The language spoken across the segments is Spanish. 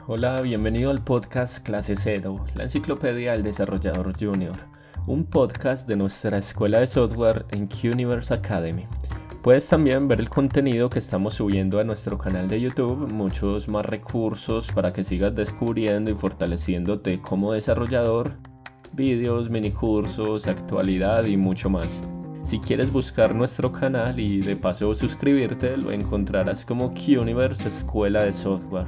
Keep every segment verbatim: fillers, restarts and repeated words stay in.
Hola, bienvenido al podcast Clase Cero, la enciclopedia del desarrollador junior, un podcast de nuestra escuela de software en Qniverse Academy. Puedes también ver el contenido que estamos subiendo a nuestro canal de YouTube, muchos más recursos para que sigas descubriendo y fortaleciéndote como desarrollador, vídeos, minicursos, actualidad y mucho más. Si quieres buscar nuestro canal y de paso suscribirte, lo encontrarás como Qniverse Escuela de Software.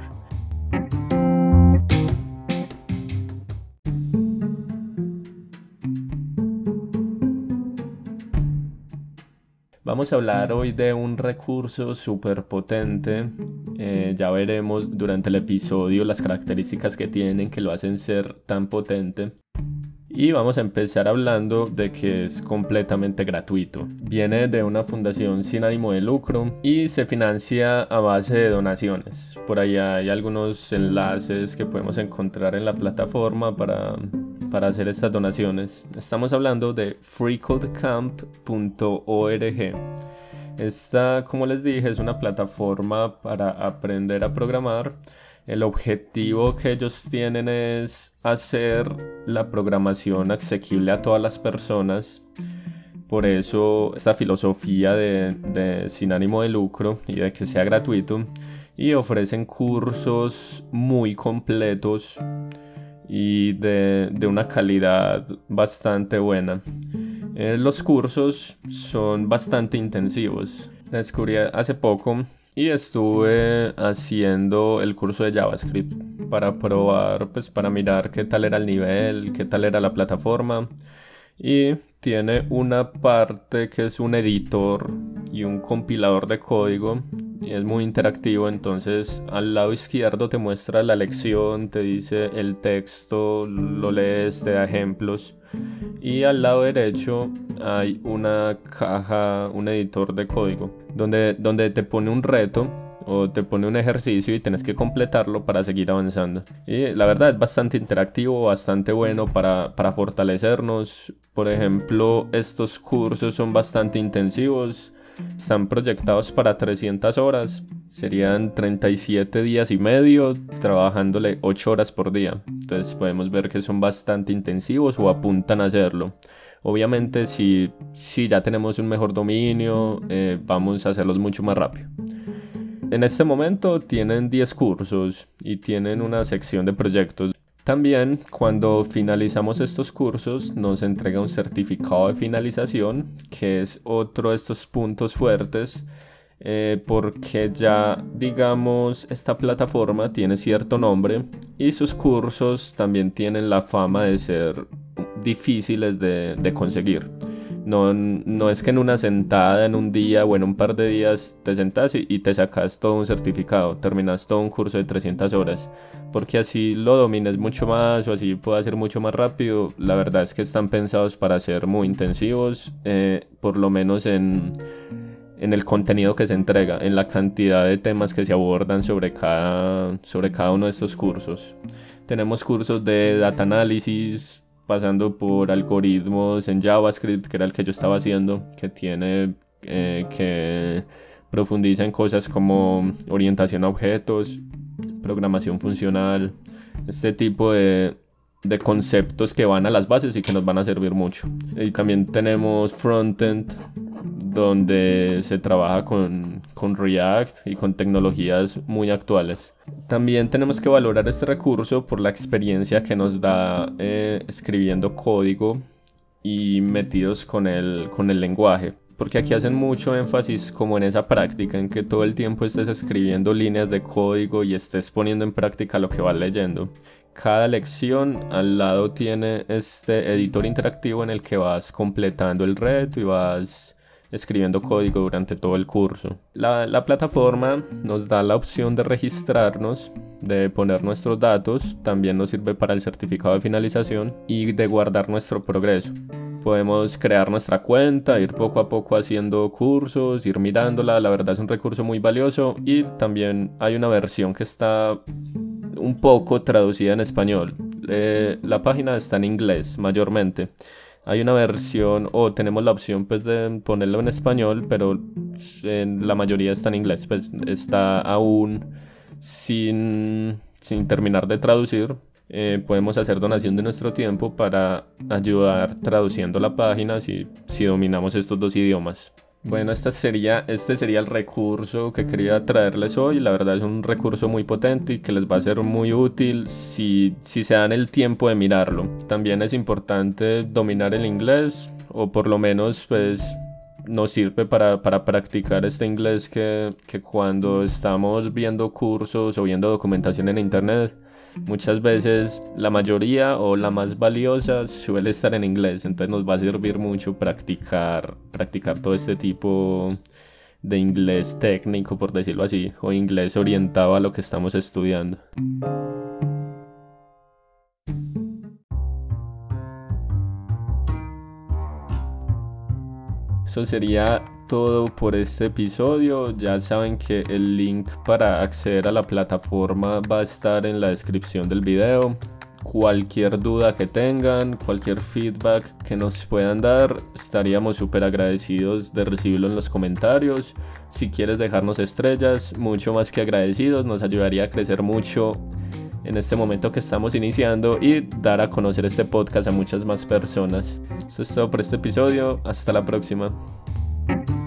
Vamos a hablar hoy de un recurso súper potente. Eh, ya veremos durante el episodio las características que tienen que lo hacen ser tan potente. Y vamos a empezar hablando de que es completamente gratuito. Viene de una fundación sin ánimo de lucro y se financia a base de donaciones. Por ahí hay algunos enlaces que podemos encontrar en la plataforma para, para hacer estas donaciones. Estamos hablando de freecodecamp punto org. Esta, como les dije, es una plataforma para aprender a programar. El objetivo que ellos tienen es hacer la programación asequible a todas las personas. Por eso esta filosofía de, de sin ánimo de lucro y de que sea gratuito. Y ofrecen cursos muy completos y de, de una calidad bastante buena. Eh, los cursos son bastante intensivos. La descubrí hace poco y estuve haciendo el curso de JavaScript para probar, pues para mirar qué tal era el nivel, qué tal era la plataforma. Y tiene una parte que es un editor y un compilador de código y es muy interactivo. Entonces al lado izquierdo te muestra la lección, te dice el texto, lo lees, te da ejemplos. Y al lado derecho hay una caja, un editor de código donde, donde te pone un reto o te pone un ejercicio y tienes que completarlo para seguir avanzando. Y la verdad es bastante interactivo, bastante bueno para, para fortalecernos. Por ejemplo, estos cursos son bastante intensivos, están proyectados para trescientas horas. Serían treinta y siete días y medio trabajándole ocho horas por día. Entonces podemos ver que son bastante intensivos o apuntan a hacerlo. Obviamente si, si ya tenemos un mejor dominio, eh, vamos a hacerlos mucho más rápido. En este momento tienen diez cursos y tienen una sección de proyectos. También cuando finalizamos estos cursos nos entrega un certificado de finalización, que es otro de estos puntos fuertes. Eh, porque ya, digamos, esta plataforma tiene cierto nombre y sus cursos también tienen la fama de ser difíciles de, de conseguir. No, no es que en una sentada, en un día o en un par de días te sentas y, y te sacas todo un certificado, terminas todo un curso de trescientas horas, porque así lo domines mucho más o así puedo hacer mucho más rápido. La verdad es que están pensados para ser muy intensivos, eh, por lo menos en en el contenido que se entrega, en la cantidad de temas que se abordan sobre cada, sobre cada uno de estos cursos. Tenemos cursos de data analysis, pasando por algoritmos en JavaScript, que era el que yo estaba haciendo, que tiene eh, que profundiza en cosas como orientación a objetos, programación funcional, este tipo de, de conceptos que van a las bases y que nos van a servir mucho. Y también tenemos frontend, donde se trabaja con, con React y con tecnologías muy actuales. También tenemos que valorar este recurso por la experiencia que nos da eh, escribiendo código y metidos con el, con el lenguaje. Porque aquí hacen mucho énfasis como en esa práctica, en que todo el tiempo estés escribiendo líneas de código y estés poniendo en práctica lo que vas leyendo. Cada lección al lado tiene este editor interactivo en el que vas completando el reto y vas escribiendo código durante todo el curso. La, la plataforma nos da la opción de registrarnos, de poner nuestros datos, también nos sirve para el certificado de finalización y de guardar nuestro progreso. Podemos crear nuestra cuenta, ir poco a poco haciendo cursos, ir mirándola. La verdad es un recurso muy valioso y también hay una versión que está un poco traducida en español. Eh, la página está en inglés mayormente. Hay una versión o tenemos la opción pues de ponerlo en español, pero en la mayoría está en inglés, pues está aún sin, sin terminar de traducir, eh, podemos hacer donación de nuestro tiempo para ayudar traduciendo la página si, si dominamos estos dos idiomas. Bueno, este sería, este sería el recurso que quería traerles hoy. La verdad es un recurso muy potente y que les va a ser muy útil si, si se dan el tiempo de mirarlo. También es importante dominar el inglés, o por lo menos pues nos sirve para, para practicar este inglés que, que cuando estamos viendo cursos o viendo documentación en internet, muchas veces la mayoría o la más valiosa suele estar en inglés. Entonces nos va a servir mucho practicar, practicar todo este tipo de inglés técnico, por decirlo así, o inglés orientado a lo que estamos estudiando. Eso sería todo por este episodio. Ya saben que el link para acceder a la plataforma va a estar en la descripción del video. Cualquier duda que tengan, cualquier feedback que nos puedan dar, estaríamos súper agradecidos de recibirlo en los comentarios. Si quieres dejarnos estrellas, mucho más que agradecidos, nos ayudaría a crecer mucho en este momento que estamos iniciando y dar a conocer este podcast a muchas más personas. Eso es todo por este episodio. Hasta la próxima.